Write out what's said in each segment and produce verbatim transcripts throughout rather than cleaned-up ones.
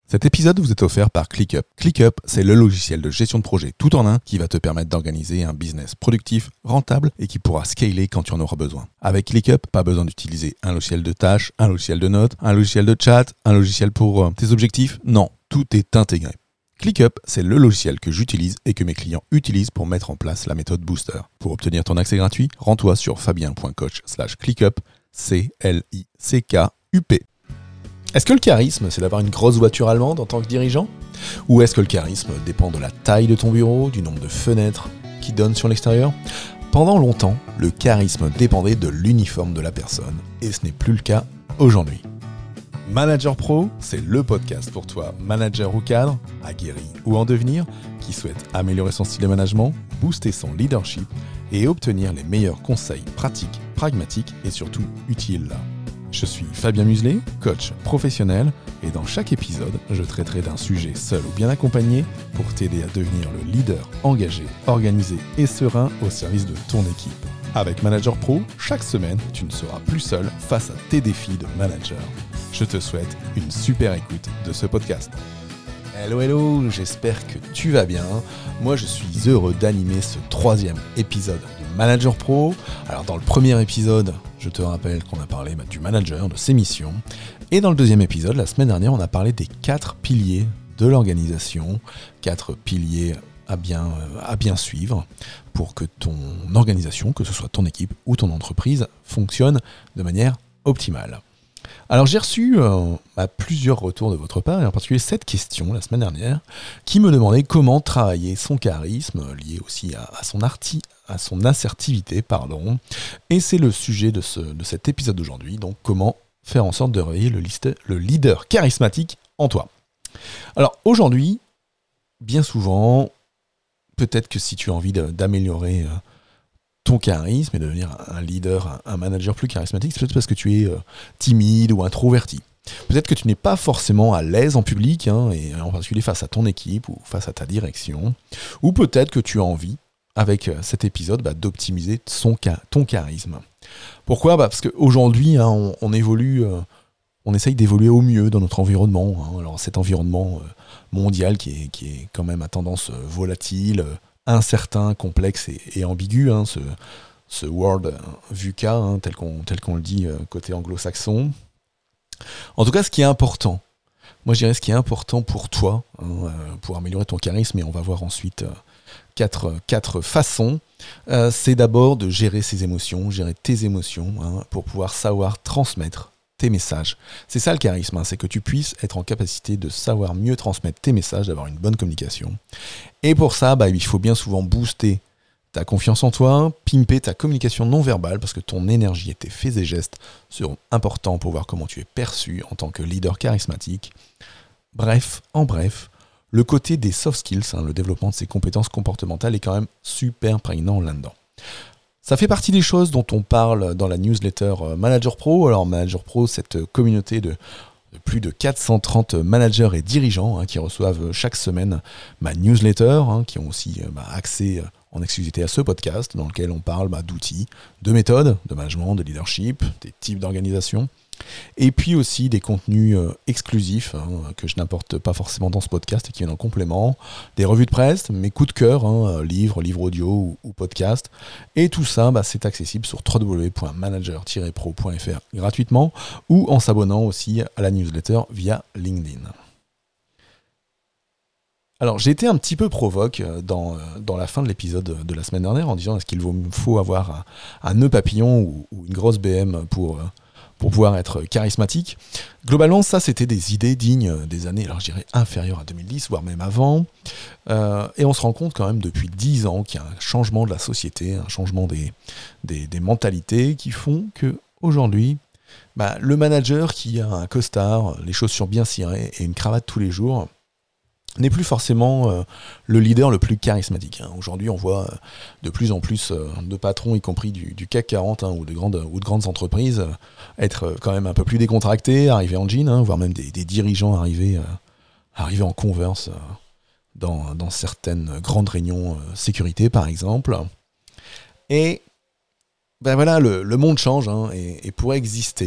Cet épisode vous est offert par ClickUp. ClickUp, c'est le logiciel de gestion de projet tout en un qui va te permettre d'organiser un business productif, rentable et qui pourra scaler quand tu en auras besoin. Avec ClickUp, pas besoin d'utiliser un logiciel de tâches, un logiciel de notes, un logiciel de chat, un logiciel pour euh, tes objectifs. Non, tout est intégré. ClickUp, c'est le logiciel que j'utilise et que mes clients utilisent pour mettre en place la méthode Booster. Pour obtenir ton accès gratuit, rends-toi sur fabien.coach slash ClickUp, C L I C K U P. Est-ce que le charisme, c'est d'avoir une grosse voiture allemande en tant que dirigeant ? Ou est-ce que le charisme dépend de la taille de ton bureau, du nombre de fenêtres qui donnent sur l'extérieur ? Pendant longtemps, le charisme dépendait de l'uniforme de la personne, et ce n'est plus le cas aujourd'hui. Manager Pro, c'est le podcast pour toi, manager ou cadre, aguerri ou en devenir, qui souhaite améliorer son style de management, booster son leadership et obtenir les meilleurs conseils pratiques, pragmatiques et surtout utiles. Je suis Fabien Muselet, coach professionnel, et dans chaque épisode, je traiterai d'un sujet seul ou bien accompagné pour t'aider à devenir le leader engagé, organisé et serein au service de ton équipe. Avec Manager Pro, chaque semaine, tu ne seras plus seul face à tes défis de manager. Je te souhaite une super écoute de ce podcast. Hello hello, j'espère que tu vas bien. Moi je suis heureux d'animer ce troisième épisode de Manager Pro. Alors dans le premier épisode, je te rappelle qu'on a parlé bah, du manager, de ses missions. Et dans le deuxième épisode, la semaine dernière, on a parlé des quatre piliers de l'organisation. Quatre piliers à bien, euh, à bien suivre pour que ton organisation, que ce soit ton équipe ou ton entreprise, fonctionne de manière optimale. Alors j'ai reçu euh, bah, plusieurs retours de votre part, et en particulier cette question la semaine dernière, qui me demandait comment travailler son charisme, lié aussi à, à, son, arti, à son assertivité, pardon. Et c'est le sujet de, ce, de cet épisode d'aujourd'hui, donc comment faire en sorte de réveiller le, liste, le leader charismatique en toi. Alors aujourd'hui, bien souvent, peut-être que si tu as envie de, d'améliorer... Euh, ton charisme et de devenir un leader, un manager plus charismatique, c'est peut-être parce que tu es euh, timide ou introverti. Peut-être que tu n'es pas forcément à l'aise en public, hein, et en particulier face à ton équipe ou face à ta direction. Ou peut-être que tu as envie, avec euh, cet épisode, bah, d'optimiser son, ton charisme. Pourquoi ? bah Parce qu'aujourd'hui, hein, on, on évolue, euh, on essaye d'évoluer au mieux dans notre environnement. Hein. Alors cet environnement euh, mondial qui est, qui est quand même à tendance euh, volatile, euh, incertain, complexe et, et ambigu, hein, ce, ce World VUCA, hein, tel, qu'on, tel qu'on le dit euh, côté anglo-saxon. En tout cas, ce qui est important, moi je dirais ce qui est important pour toi, hein, euh, pour améliorer ton charisme, et on va voir ensuite euh, quatre, quatre façons, euh, c'est d'abord de gérer ses émotions, gérer tes émotions, hein, pour pouvoir savoir transmettre tes messages. C'est ça le charisme, hein, c'est que tu puisses être en capacité de savoir mieux transmettre tes messages, d'avoir une bonne communication. Et pour ça, bah, il faut bien souvent booster ta confiance en toi, pimper ta communication non verbale, parce que ton énergie et tes faits et gestes seront importants pour voir comment tu es perçu en tant que leader charismatique. Bref, en bref, le côté des soft skills, hein, le développement de ses compétences comportementales est quand même super prégnant là-dedans. Ça fait partie des choses dont on parle dans la newsletter Manager Pro. Alors Manager Pro, cette communauté de, de plus de quatre cent trente managers et dirigeants, hein, qui reçoivent chaque semaine ma newsletter, hein, qui ont aussi bah, accès en exclusivité à ce podcast dans lequel on parle bah, d'outils, de méthodes, de management, de leadership, des types d'organisation. Et puis aussi des contenus euh, exclusifs, hein, que je n'apporte pas forcément dans ce podcast et qui viennent en complément, des revues de presse, mes coups de cœur, hein, livres, livres audio ou, ou podcasts. Et tout ça, bah, c'est accessible sur w w w point manager tiret pro point f r gratuitement ou en s'abonnant aussi à la newsletter via LinkedIn. Alors j'ai été un petit peu provoque dans, dans la fin de l'épisode de la semaine dernière en disant est-ce qu'il faut avoir un, un nœud papillon ou, ou une grosse B M pour... pour pouvoir être charismatique. Globalement, ça, c'était des idées dignes des années, alors je dirais inférieures à deux mille dix, voire même avant. Euh, et on se rend compte quand même depuis dix ans qu'il y a un changement de la société, un changement des, des, des mentalités qui font qu'aujourd'hui, bah, le manager qui a un costard, les chaussures bien cirées et une cravate tous les jours, n'est plus forcément euh, le leader le plus charismatique. Hein. Aujourd'hui, on voit euh, de plus en plus euh, de patrons, y compris du, du C A C quarante, hein, ou, de grandes, ou de grandes entreprises, euh, être euh, quand même un peu plus décontractés, arriver en jean, hein, voire même des, des dirigeants arriver, euh, arriver en Converse euh, dans, dans certaines grandes réunions euh, sécurité, par exemple. Et ben voilà, le, le monde change, hein, et, et pour exister,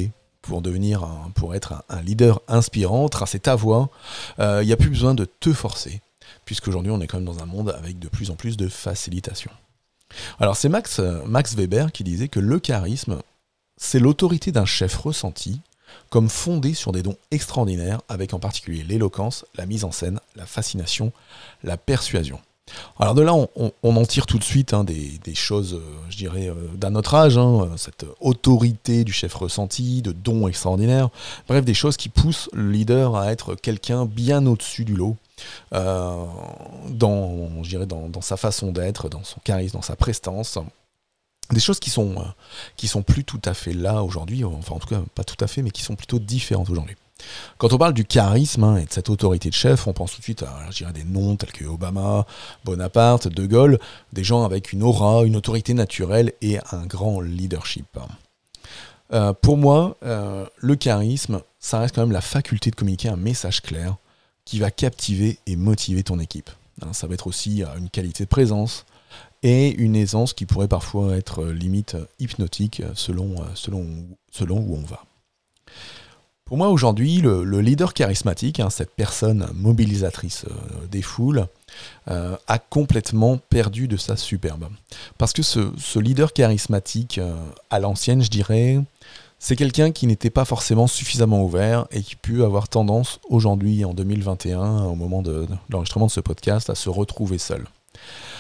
pour devenir, un, pour être un, un leader inspirant, tracer ta voie, il euh, n'y a plus besoin de te forcer, puisqu'aujourd'hui on est quand même dans un monde avec de plus en plus de facilitation. Alors c'est Max, Max Weber qui disait que le charisme, c'est l'autorité d'un chef ressenti, comme fondée sur des dons extraordinaires, avec en particulier l'éloquence, la mise en scène, la fascination, la persuasion. Alors de là, on, on, on en tire tout de suite hein, des, des choses, euh, je dirais, euh, d'un autre âge, hein, cette autorité du chef ressenti, de dons extraordinaires, bref, des choses qui poussent le leader à être quelqu'un bien au-dessus du lot, euh, dans, je dirais, dans, dans sa façon d'être, dans son charisme, dans sa prestance. Des choses qui sont, euh, qui sont plus tout à fait là aujourd'hui, enfin en tout cas pas tout à fait, mais qui sont plutôt différentes aujourd'hui. Quand on parle du charisme hein, et de cette autorité de chef, on pense tout de suite à je dirais, des noms tels que Obama, Bonaparte, De Gaulle, des gens avec une aura, une autorité naturelle et un grand leadership. Euh, pour moi, euh, le charisme, ça reste quand même la faculté de communiquer un message clair qui va captiver et motiver ton équipe. Hein, ça va être aussi euh, une qualité de présence et une aisance qui pourrait parfois être euh, limite hypnotique selon, euh, selon, selon où on va. Pour moi, aujourd'hui, le, le leader charismatique, hein, cette personne mobilisatrice euh, des foules, euh, a complètement perdu de sa superbe. Parce que ce, ce leader charismatique, euh, à l'ancienne, je dirais, c'est quelqu'un qui n'était pas forcément suffisamment ouvert et qui peut avoir tendance, aujourd'hui, en deux mille vingt et un, au moment de, de l'enregistrement de ce podcast, à se retrouver seul. Pourquoi ?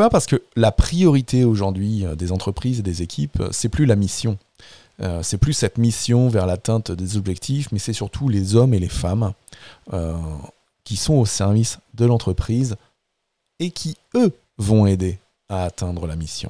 Parce que la priorité aujourd'hui des entreprises et des équipes, c'est plus la mission. Euh, c'est plus cette mission vers l'atteinte des objectifs, mais c'est surtout les hommes et les femmes euh, qui sont au service de l'entreprise et qui, eux, vont aider à atteindre la mission.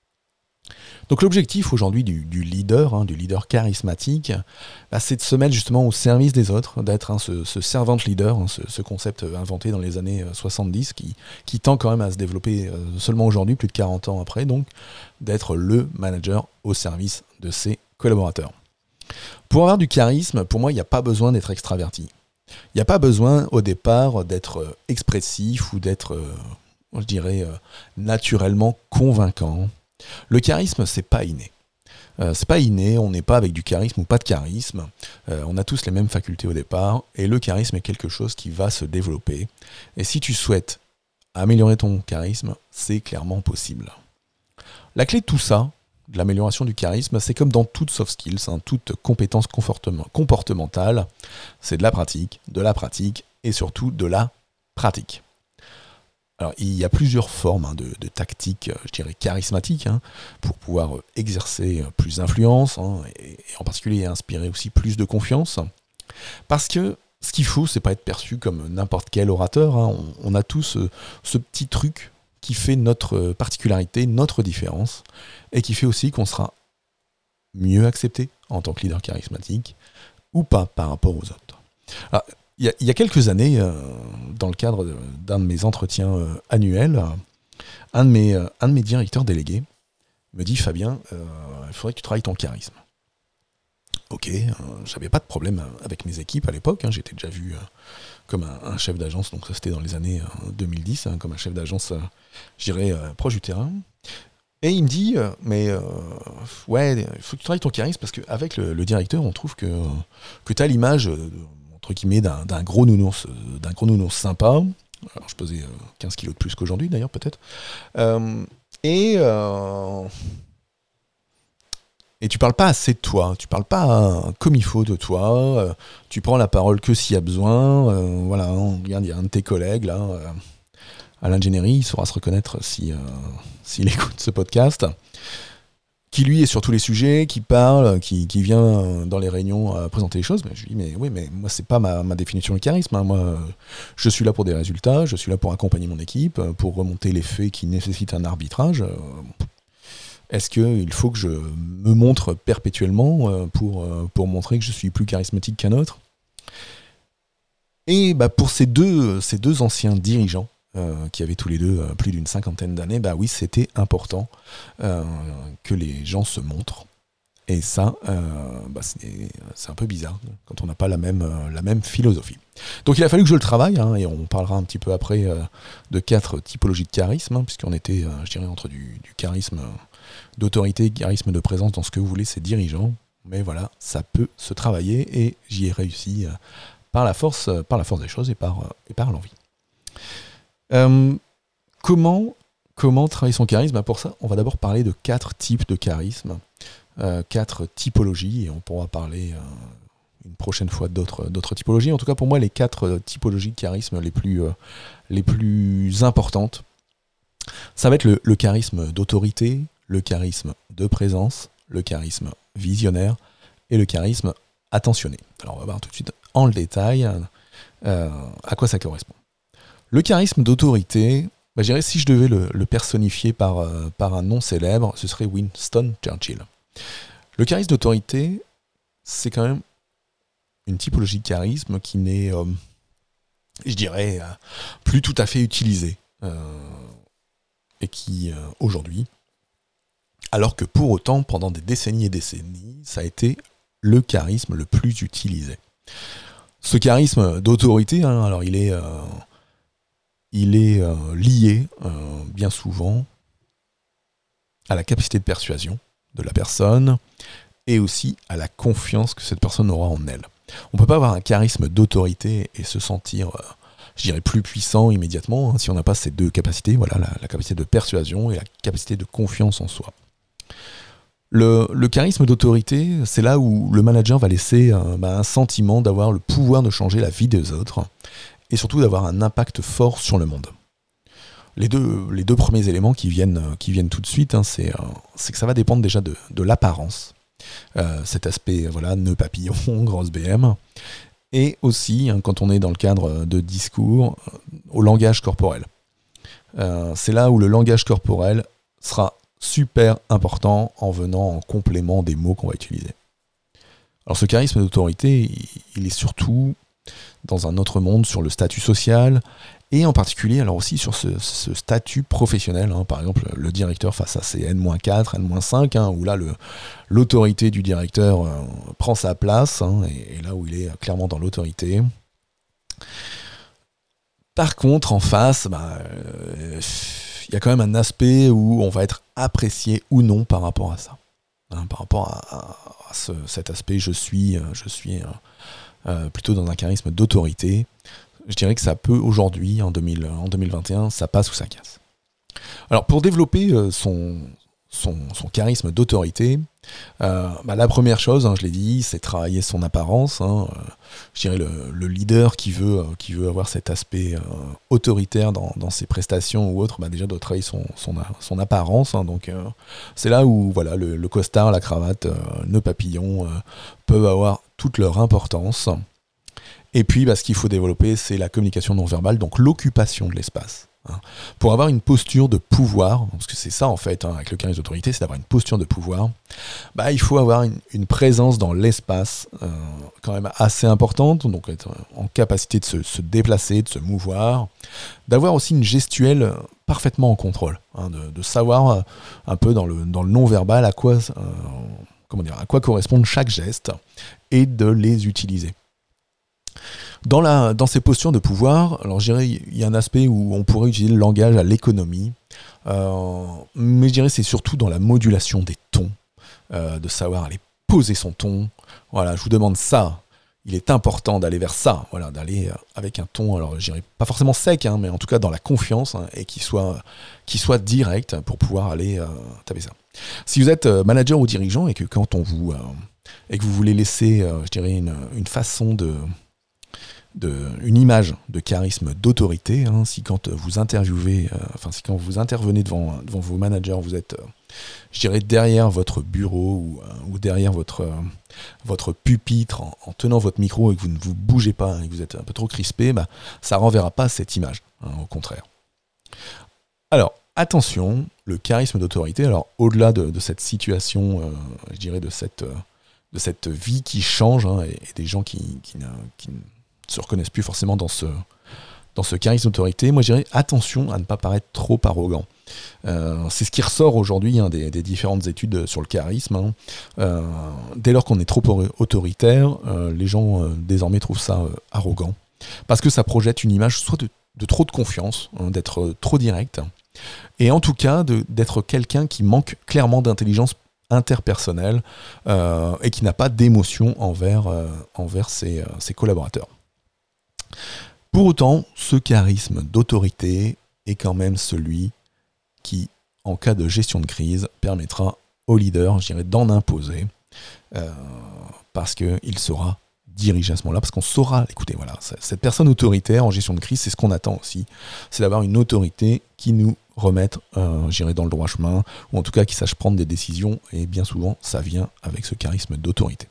Donc l'objectif aujourd'hui du, du leader, hein, du leader charismatique, bah, c'est de se mettre justement au service des autres, d'être hein, ce, ce servant leader, hein, ce, ce concept inventé dans les années soixante-dix, qui, qui tend quand même à se développer euh, seulement aujourd'hui, plus de quarante ans après, donc d'être le manager au service de ses collaborateurs. Pour avoir du charisme, pour moi, il n'y a pas besoin d'être extraverti. Il n'y a pas besoin au départ d'être expressif ou d'être, euh, je dirais, euh, naturellement convaincant. Le charisme, c'est pas inné. Euh, c'est pas inné, on n'est pas avec du charisme ou pas de charisme. Euh, on a tous les mêmes facultés au départ, et le charisme est quelque chose qui va se développer. Et si tu souhaites améliorer ton charisme, c'est clairement possible. La clé de tout ça, de l'amélioration du charisme, c'est comme dans toute soft skills, hein, toute compétence comportementale, c'est de la pratique, de la pratique et surtout de la pratique. Alors, il y a plusieurs formes hein, de, de tactiques, je dirais, charismatiques, hein, pour pouvoir exercer plus d'influence, hein, et, et en particulier inspirer aussi plus de confiance. Parce que ce qu'il faut, c'est pas être perçu comme n'importe quel orateur. Hein. On, on a tous ce, ce petit truc qui fait notre particularité, notre différence, et qui fait aussi qu'on sera mieux accepté en tant que leader charismatique, ou pas par rapport aux autres. Alors, il y a, il y a quelques années, euh, dans le cadre de, d'un de mes entretiens euh, annuels, un de mes, euh, un de mes directeurs délégués me dit « Fabien, euh, il faudrait que tu travailles ton charisme. » Ok, euh, j'avais pas de problème avec mes équipes à l'époque, hein, j'étais déjà vu euh, comme un, un chef d'agence, donc ça c'était dans les années euh, deux mille dix, hein, comme un chef d'agence, euh, je dirais, euh, proche du terrain. Et il me dit, euh, mais euh, ouais, il faut que tu travailles ton charisme, parce qu'avec le, le directeur, on trouve que, que tu as l'image, euh, entre guillemets, d'un, d'un, gros nounours, euh, d'un gros nounours sympa. Alors je pesais euh, quinze kilos de plus qu'aujourd'hui d'ailleurs, peut-être. Euh, et... Euh, Et tu parles pas assez de toi, tu parles pas comme il faut de toi, euh, tu prends la parole que s'il y a besoin. Euh, voilà, on regarde, il y a un de tes collègues là, euh, à l'ingénierie, il saura se reconnaître si, euh, s'il écoute ce podcast, qui lui est sur tous les sujets, qui parle, qui, qui vient dans les réunions à présenter les choses. Mais je lui dis, mais oui, mais moi c'est pas ma, ma définition du charisme. Hein. Moi, je suis là pour des résultats, je suis là pour accompagner mon équipe, pour remonter les faits qui nécessitent un arbitrage. Euh, Est-ce qu'il faut que je me montre perpétuellement pour, pour montrer que je suis plus charismatique qu'un autre ? Et bah pour ces deux, ces deux anciens dirigeants, euh, qui avaient tous les deux plus d'une cinquantaine d'années, bah oui, c'était important euh, que les gens se montrent. Et ça, euh, bah c'est, c'est un peu bizarre quand on n'a pas la même, la même philosophie. Donc il a fallu que je le travaille, hein, et on parlera un petit peu après euh, de quatre typologies de charisme, hein, puisqu'on était, euh, je dirais, entre du, du charisme d'autorité, charisme de présence dans ce que vous voulez, c'est dirigeant. mais voilà, ça peut se travailler et j'y ai réussi euh, par la force, euh, par la force des choses et par, euh, et par l'envie. Euh, comment, comment travailler son charisme ? Ben pour ça, on va d'abord parler de quatre types de charisme, euh, quatre typologies, et on pourra parler euh, une prochaine fois d'autres, d'autres typologies. En tout cas, pour moi, les quatre typologies de charisme les plus, euh, les plus importantes, ça va être le, le charisme d'autorité, le charisme de présence, le charisme visionnaire et le charisme attentionné. Alors on va voir tout de suite en le détail euh, à quoi ça correspond. Le charisme d'autorité, bah, je dirais si je devais le, le personnifier par, euh, par un nom célèbre, ce serait Winston Churchill. Le charisme d'autorité, c'est quand même une typologie de charisme qui n'est, euh, je dirais, euh, plus tout à fait utilisée. Euh, et qui, euh, aujourd'hui, alors que pour autant, pendant des décennies et décennies, ça a été le charisme le plus utilisé. Ce charisme d'autorité, hein, alors il est, euh, il est euh, lié, euh, bien souvent, à la capacité de persuasion de la personne, et aussi à la confiance que cette personne aura en elle. On ne peut pas avoir un charisme d'autorité et se sentir... Euh, je dirais plus puissant immédiatement, hein, si on n'a pas ces deux capacités, voilà, la, la capacité de persuasion et la capacité de confiance en soi. Le, le charisme d'autorité, c'est là où le manager va laisser euh, bah, un sentiment d'avoir le pouvoir de changer la vie des autres et surtout d'avoir un impact fort sur le monde. Les deux, les deux premiers éléments qui viennent, qui viennent tout de suite, hein, c'est, euh, c'est que ça va dépendre déjà de, de l'apparence, euh, cet aspect voilà, nœud papillon, grosse B M, et aussi, hein, quand on est dans le cadre de discours, euh, au langage corporel. Euh, c'est là où le langage corporel sera super important en venant en complément des mots qu'on va utiliser. Alors ce charisme d'autorité, il, il est surtout dans un autre monde sur le statut social, et en particulier alors aussi sur ce, ce statut professionnel, hein, par exemple le directeur face à ses N quatre, N cinq, hein, où là le, l'autorité du directeur euh, prend sa place, hein, et, et là où il est clairement dans l'autorité. Par contre, en face, bah, euh, y a quand même un aspect où on va être apprécié ou non par rapport à ça. Hein, par rapport à, à, à ce, cet aspect, je suis, je suis euh, euh, plutôt dans un charisme d'autorité. Je dirais que ça peut aujourd'hui, en, deux mille, en deux mille vingt et un, ça passe ou ça casse. Alors pour développer euh, son, son, son charisme d'autorité, euh, bah, la première chose, hein, je l'ai dit, c'est travailler son apparence. Hein, euh, je dirais le, le leader qui veut, euh, qui veut avoir cet aspect euh, autoritaire dans, dans ses prestations ou autre, bah, déjà doit travailler son, son, son apparence. Hein, donc euh, c'est là où voilà, le, le costard, la cravate, euh, le nœud papillon euh, peuvent avoir toute leur importance. Et puis, bah, ce qu'il faut développer, c'est la communication non verbale, donc l'occupation de l'espace. Hein. Pour avoir une posture de pouvoir, parce que c'est ça en fait, hein, avec le charisme d'autorité, c'est d'avoir une posture de pouvoir, bah, il faut avoir une, une présence dans l'espace euh, quand même assez importante, donc être en capacité de se, se déplacer, de se mouvoir, d'avoir aussi une gestuelle parfaitement en contrôle, hein, de, de savoir euh, un peu dans le, dans le non-verbal à quoi, euh, comment dire, à quoi correspondent chaque geste et de les utiliser. Dans, la, dans ces postures de pouvoir, alors je dirais il y a un aspect où on pourrait utiliser le langage à l'économie, euh, mais je dirais c'est surtout dans la modulation des tons, euh, de savoir aller poser son ton. Voilà, je vous demande ça. Il est important d'aller vers ça, voilà, d'aller avec un ton, alors je dirais pas forcément sec, hein, mais en tout cas dans la confiance, hein, et qui soit, qui soit direct pour pouvoir aller euh, taper ça. Si vous êtes manager ou dirigeant et que quand on vous euh, et que vous voulez laisser, euh, je dirais une, une façon de De, une image de charisme d'autorité, hein, si quand vous interviewez, euh, enfin si quand vous intervenez devant, devant vos managers, vous êtes, euh, je dirais, derrière votre bureau ou, euh, ou derrière votre, euh, votre pupitre en, en tenant votre micro et que vous ne vous bougez pas, hein, et que vous êtes un peu trop crispé, bah, ça ne renverra pas cette image, hein, au contraire. Alors, attention, le charisme d'autorité, alors au-delà de, de cette situation, euh, je dirais de cette, euh, de cette vie qui change, hein, et, et des gens qui, qui, qui se reconnaissent plus forcément dans ce, dans ce charisme d'autorité, moi je dirais attention à ne pas paraître trop arrogant. Euh, c'est ce qui ressort aujourd'hui, hein, des, des différentes études sur le charisme. Hein. Euh, dès lors qu'on est trop autoritaire, euh, les gens euh, désormais trouvent ça euh, arrogant, parce que ça projette une image soit de, de trop de confiance, hein, d'être trop direct, et en tout cas de, d'être quelqu'un qui manque clairement d'intelligence interpersonnel euh, et qui n'a pas d'émotion envers, euh, envers ses, euh, ses collaborateurs. Pour autant, ce charisme d'autorité est quand même celui qui, en cas de gestion de crise, permettra au leader, je dirais, d'en imposer, euh, parce qu'il saura diriger à ce moment-là, parce qu'on saura l'écouter. Voilà. Cette personne autoritaire en gestion de crise, c'est ce qu'on attend aussi, c'est d'avoir une autorité qui nous remette, euh, je dirais, dans le droit chemin, ou en tout cas qui sache prendre des décisions, et bien souvent, ça vient avec ce charisme d'autorité.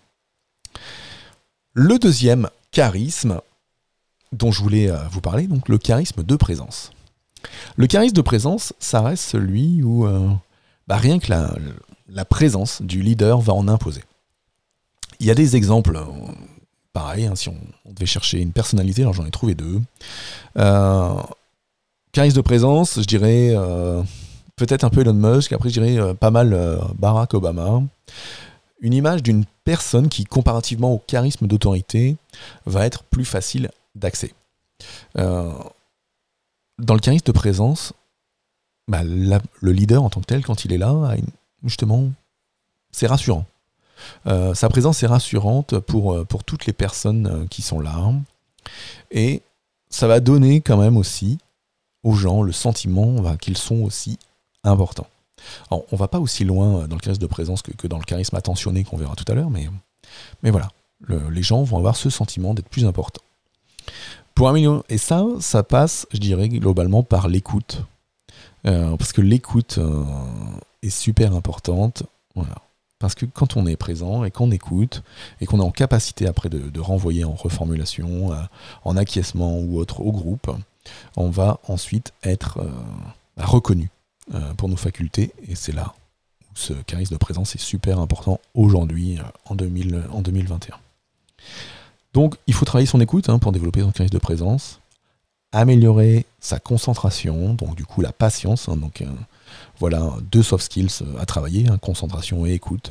Le deuxième charisme dont je voulais euh, vous parler, donc le charisme de présence. Le charisme de présence, ça reste celui où euh, bah, rien que la, la présence du leader va en imposer. Il y a des exemples, euh, pareil, hein, si on, on devait chercher une personnalité, alors j'en ai trouvé deux. Euh, charisme de présence, je dirais euh, peut-être un peu Elon Musk, après je dirais euh, pas mal euh, Barack Obama. Une image d'une personne qui, comparativement au charisme d'autorité, va être plus facile d'accès. Euh, dans le charisme de présence, bah, la, le leader en tant que tel, quand il est là, a une, justement, c'est rassurant. Euh, sa présence est rassurante pour, pour toutes les personnes qui sont là. Et ça va donner quand même aussi aux gens le sentiment bah, qu'ils sont aussi importants. Alors, on ne va pas aussi loin dans le charisme de présence que, que dans le charisme attentionné qu'on verra tout à l'heure, mais, mais voilà, le, les gens vont avoir ce sentiment d'être plus importants. Pour améliorer, et ça, ça passe, je dirais, globalement par l'écoute. Euh, parce que l'écoute euh, est super importante. Voilà. Parce que quand on est présent et qu'on écoute, et qu'on est en capacité après de, de renvoyer en reformulation, euh, en acquiescement ou autre au groupe, on va ensuite être euh, reconnu euh, pour nos facultés. Et c'est là où ce charisme de présence est super important aujourd'hui, euh, en, deux mille, en deux mille vingt et un. Donc, il faut travailler son écoute hein, pour développer son charisme de présence, améliorer sa concentration, donc du coup la patience, hein, donc euh, voilà deux soft skills à travailler, hein, concentration et écoute,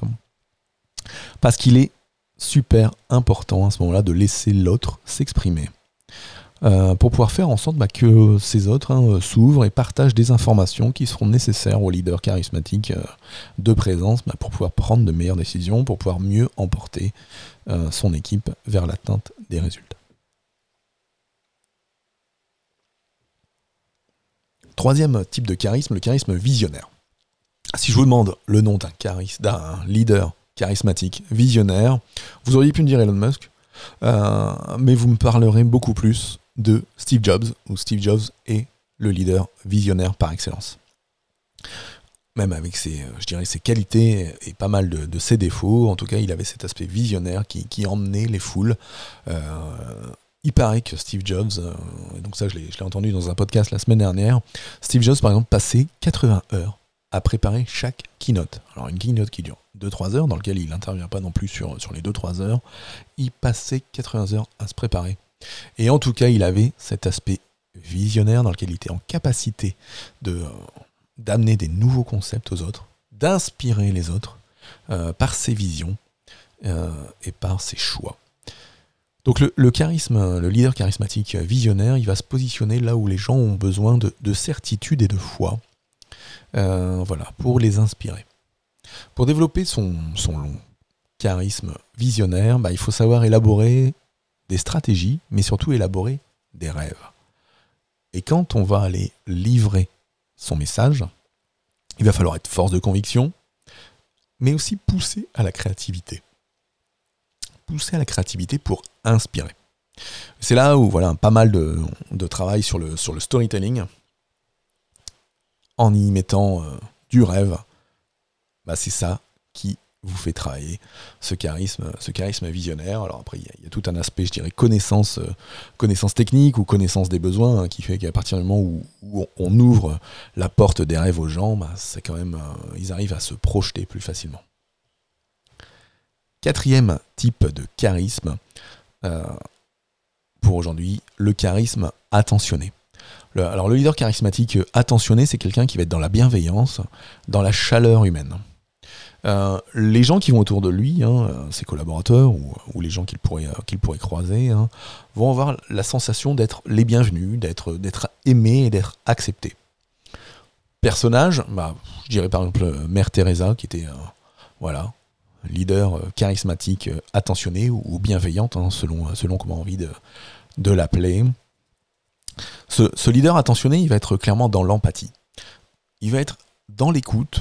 parce qu'il est super important à ce moment-là de laisser l'autre s'exprimer, euh, pour pouvoir faire en sorte bah, que ces autres hein, s'ouvrent et partagent des informations qui seront nécessaires au leader charismatique euh, de présence bah, pour pouvoir prendre de meilleures décisions, pour pouvoir mieux emporter euh, son équipe vers l'atteinte des résultats. Troisième type de charisme, le charisme visionnaire. Si je vous demande le nom d'un, charisme, d'un leader charismatique visionnaire, vous auriez pu me dire Elon Musk, euh, mais vous me parlerez beaucoup plus de Steve Jobs, où Steve Jobs est le leader visionnaire par excellence. Même avec ses, je dirais, ses qualités et pas mal de, de ses défauts, en tout cas, il avait cet aspect visionnaire qui, qui emmenait les foules. Euh, il paraît que Steve Jobs, euh, et donc ça je l'ai, je l'ai entendu dans un podcast la semaine dernière, Steve Jobs par exemple passait quatre-vingts heures à préparer chaque keynote. Alors une keynote qui dure deux à trois heures, dans laquelle il n'intervient pas non plus sur, sur les deux à trois heures, il passait quatre-vingts heures à se préparer. Et en tout cas, il avait cet aspect visionnaire dans lequel il était en capacité de, euh, d'amener des nouveaux concepts aux autres, d'inspirer les autres euh, par ses visions euh, et par ses choix. Donc le, le charisme, le leader charismatique visionnaire, il va se positionner là où les gens ont besoin de, de certitude et de foi, euh, voilà, pour les inspirer. Pour développer son, son long charisme visionnaire, bah, il faut savoir élaborer des stratégies, mais surtout élaborer des rêves. Et quand on va aller livrer son message, il va falloir être force de conviction, mais aussi pousser à la créativité. Pousser à la créativité pour inspirer. C'est là où voilà, pas mal de, de travail sur le, sur le storytelling, en y mettant euh, du rêve, bah, c'est ça qui vous fait travailler ce charisme, ce charisme visionnaire. Alors après, il y, y a tout un aspect, je dirais, connaissance, euh, connaissance technique ou connaissance des besoins, hein, qui fait qu'à partir du moment où, où on ouvre la porte des rêves aux gens, bah, c'est quand même, euh, ils arrivent à se projeter plus facilement. Quatrième type de charisme, euh, pour aujourd'hui, le charisme attentionné. Le, alors le leader charismatique attentionné, c'est quelqu'un qui va être dans la bienveillance, dans la chaleur humaine. Euh, les gens qui vont autour de lui, hein, ses collaborateurs ou, ou les gens qu'il pourrait, qu'il pourrait croiser, hein, vont avoir la sensation d'être les bienvenus, d'être, d'être aimés et d'être acceptés. Personnage, bah, je dirais par exemple Mère Teresa, qui était... Euh, Voilà, leader charismatique, attentionné ou, ou bienveillante, hein, selon, selon comment on a envie de, de l'appeler. Ce, ce leader attentionné, il va être clairement dans l'empathie. Il va être dans l'écoute.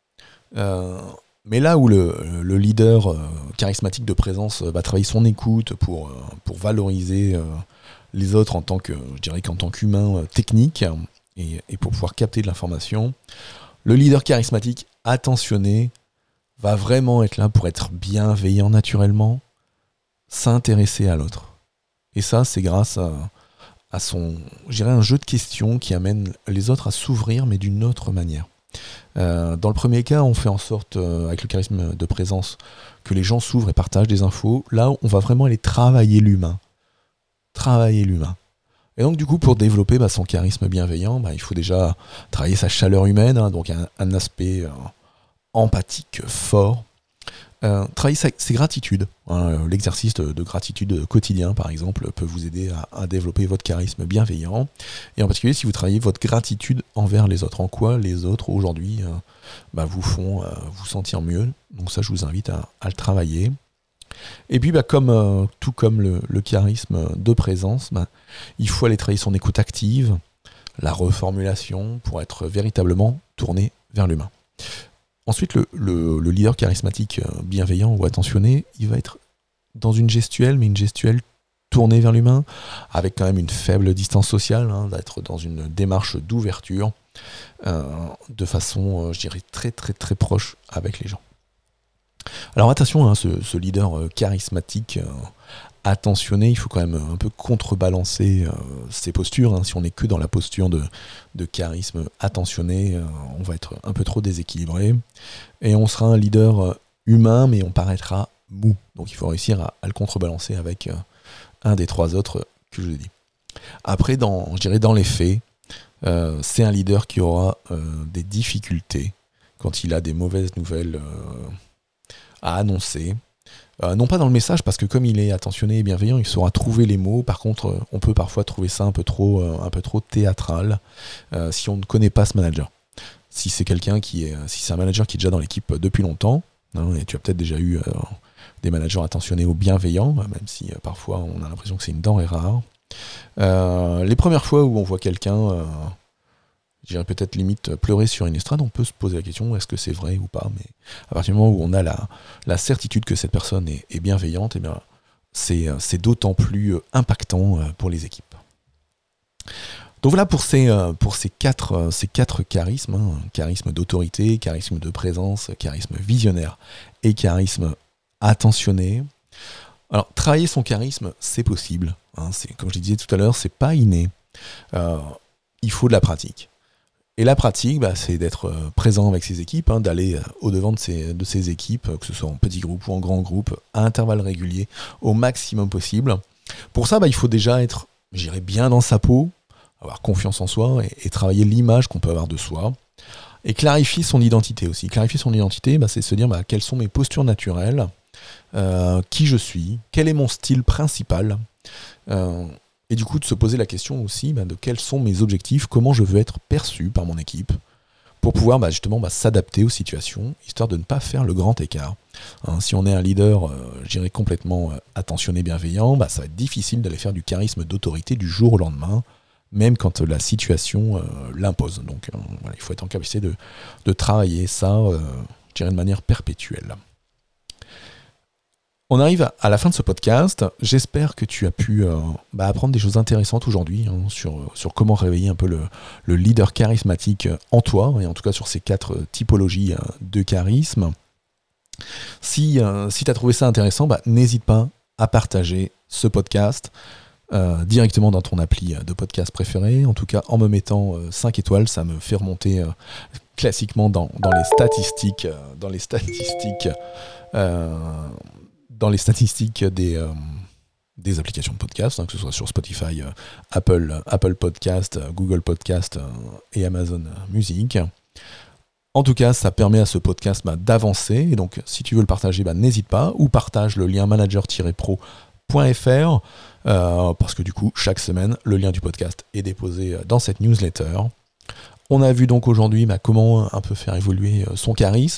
Euh, mais là où le, le leader euh, charismatique de présence va travailler son écoute pour, euh, pour valoriser euh, les autres en tant que, je dirais qu'en tant qu'humain euh, technique et, et pour pouvoir capter de l'information, le leader charismatique attentionné va vraiment être là pour être bienveillant naturellement, s'intéresser à l'autre. Et ça, c'est grâce à, à son, je dirais, un jeu de questions qui amène les autres à s'ouvrir, mais d'une autre manière. Euh, dans le premier cas, on fait en sorte, euh, avec le charisme de présence, que les gens s'ouvrent et partagent des infos. Là, on va vraiment aller travailler l'humain. Travailler l'humain. Et donc, du coup, pour développer bah, son charisme bienveillant, bah, il faut déjà travailler sa chaleur humaine, hein, donc un, un aspect euh, empathique fort. Euh, travailler sa, ses gratitudes. Hein, l'exercice de, de gratitude quotidien, par exemple, peut vous aider à, à développer votre charisme bienveillant. Et en particulier, si vous travaillez votre gratitude envers les autres. En quoi les autres, aujourd'hui, euh, bah, vous font euh, vous sentir mieux. Donc ça, je vous invite à, à le travailler. Et puis, bah, comme, euh, tout comme le, le charisme de présence, bah, il faut aller travailler son écoute active, la reformulation, pour être véritablement tourné vers l'humain. Ensuite, le, le, le leader charismatique bienveillant ou attentionné, il va être dans une gestuelle, mais une gestuelle tournée vers l'humain, avec quand même une faible distance sociale, hein, d'être dans une démarche d'ouverture, euh, de façon, euh, je dirais, très très très proche avec les gens. Alors attention, hein, ce, ce leader euh, charismatique, euh, attentionné, il faut quand même un peu contrebalancer euh, ses postures. Hein. Si on n'est que dans la posture de, de charisme attentionné, euh, on va être un peu trop déséquilibré. Et on sera un leader euh, humain, mais on paraîtra mou. Donc il faut réussir à, à le contrebalancer avec euh, un des trois autres que je vous ai dit. Après, dans, je dirais dans les faits, euh, c'est un leader qui aura euh, des difficultés quand il a des mauvaises nouvelles euh, à annoncer. Euh, non pas dans le message, parce que comme il est attentionné et bienveillant, il saura trouver les mots. Par contre, euh, on peut parfois trouver ça un peu trop, euh, un peu trop théâtral euh, si on ne connaît pas ce manager. Si c'est quelqu'un qui est, si c'est un manager qui est déjà dans l'équipe depuis longtemps, hein, et tu as peut-être déjà eu euh, des managers attentionnés ou bienveillants, même si euh, parfois on a l'impression que c'est une denrée rare. Euh, les premières fois où on voit quelqu'un, euh, j'irais peut-être limite pleurer sur une estrade, on peut se poser la question, est-ce que c'est vrai ou pas? Mais à partir du moment où on a la, la certitude que cette personne est, est bienveillante, eh bien, c'est, c'est d'autant plus impactant pour les équipes. Donc voilà pour ces, pour ces, quatre, ces quatre charismes, hein, charisme d'autorité, charisme de présence, charisme visionnaire et charisme attentionné. Alors, travailler son charisme, c'est possible. Hein, c'est, comme je le disais tout à l'heure, c'est pas inné. Euh, il faut de la pratique. Et la pratique, bah, c'est d'être présent avec ses équipes, hein, d'aller au-devant de ses, de ses équipes, que ce soit en petits groupes ou en grands groupes, à intervalles réguliers, au maximum possible. Pour ça, bah, il faut déjà être, je dirais, bien dans sa peau, avoir confiance en soi et, et travailler l'image qu'on peut avoir de soi. Et clarifier son identité aussi. Clarifier son identité, bah, c'est se dire bah, quelles sont mes postures naturelles, euh, qui je suis, quel est mon style principal, euh, et du coup de se poser la question aussi bah, de quels sont mes objectifs, comment je veux être perçu par mon équipe, pour pouvoir bah, justement bah, s'adapter aux situations, histoire de ne pas faire le grand écart. Hein, si on est un leader, euh, je dirais complètement euh, attentionné, bienveillant, bah, ça va être difficile d'aller faire du charisme d'autorité du jour au lendemain, même quand la situation euh, l'impose. Donc euh, voilà, il faut être en capacité de, de travailler ça, euh, je dirais de manière perpétuelle. On arrive à la fin de ce podcast. J'espère que tu as pu euh, bah, apprendre des choses intéressantes aujourd'hui hein, sur, sur comment réveiller un peu le, le leader charismatique en toi, et en tout cas sur ces quatre typologies euh, de charisme. Si, euh, si tu as trouvé ça intéressant, bah, n'hésite pas à partager ce podcast euh, directement dans ton appli de podcast préféré. En tout cas, en me mettant euh, cinq étoiles, ça me fait remonter euh, classiquement dans, dans les statistiques, euh, dans les statistiques euh, dans les statistiques des, euh, des applications de podcast, hein, que ce soit sur Spotify, euh, Apple, Apple Podcast, Google Podcast euh, et Amazon Music. En tout cas, ça permet à ce podcast bah, d'avancer. Et donc, si tu veux le partager, bah, n'hésite pas. Ou partage le lien manager tiret pro point f r euh, parce que du coup, chaque semaine, le lien du podcast est déposé dans cette newsletter. On a vu donc aujourd'hui bah, comment un peu faire évoluer son charisme,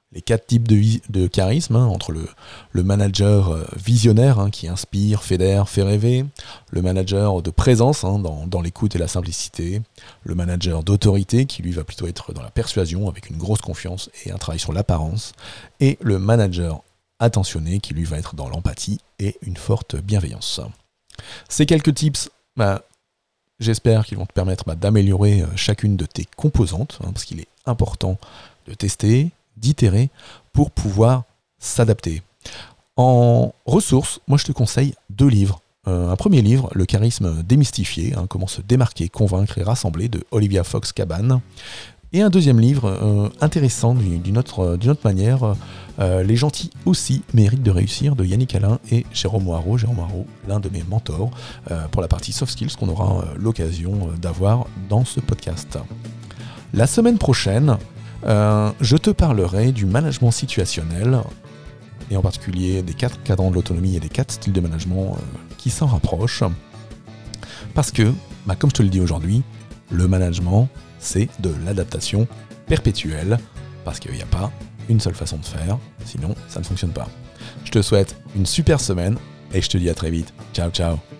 les quatre types de, vi- de charisme, hein, entre le, le manager euh, visionnaire hein, qui inspire, fédère, fait rêver, le manager de présence hein, dans, dans l'écoute et la simplicité, le manager d'autorité qui lui va plutôt être dans la persuasion avec une grosse confiance et un travail sur l'apparence, et le manager attentionné qui lui va être dans l'empathie et une forte bienveillance. Ces quelques tips, bah, j'espère qu'ils vont te permettre bah, d'améliorer euh, chacune de tes composantes, hein, parce qu'il est important de tester, d'itérer pour pouvoir s'adapter. En ressources, moi je te conseille deux livres. Euh, un premier livre, Le charisme démystifié, hein, comment se démarquer, convaincre et rassembler, de Olivia Fox-Cabane. Et un deuxième livre euh, intéressant d'une autre, d'une autre manière, euh, Les gentils aussi méritent de réussir, de Yannick Alain et Jérôme Moirot. Jérôme Moirot, l'un de mes mentors, euh, pour la partie soft skills qu'on aura euh, l'occasion d'avoir dans ce podcast. La semaine prochaine, Euh, je te parlerai du management situationnel, et en particulier des quatre cadrans de l'autonomie et des quatre styles de management euh, qui s'en rapprochent. Parce que, bah, comme je te le dis aujourd'hui, le management, c'est de l'adaptation perpétuelle, parce qu'il n'y a pas une seule façon de faire, sinon ça ne fonctionne pas. Je te souhaite une super semaine, et je te dis à très vite. Ciao, ciao.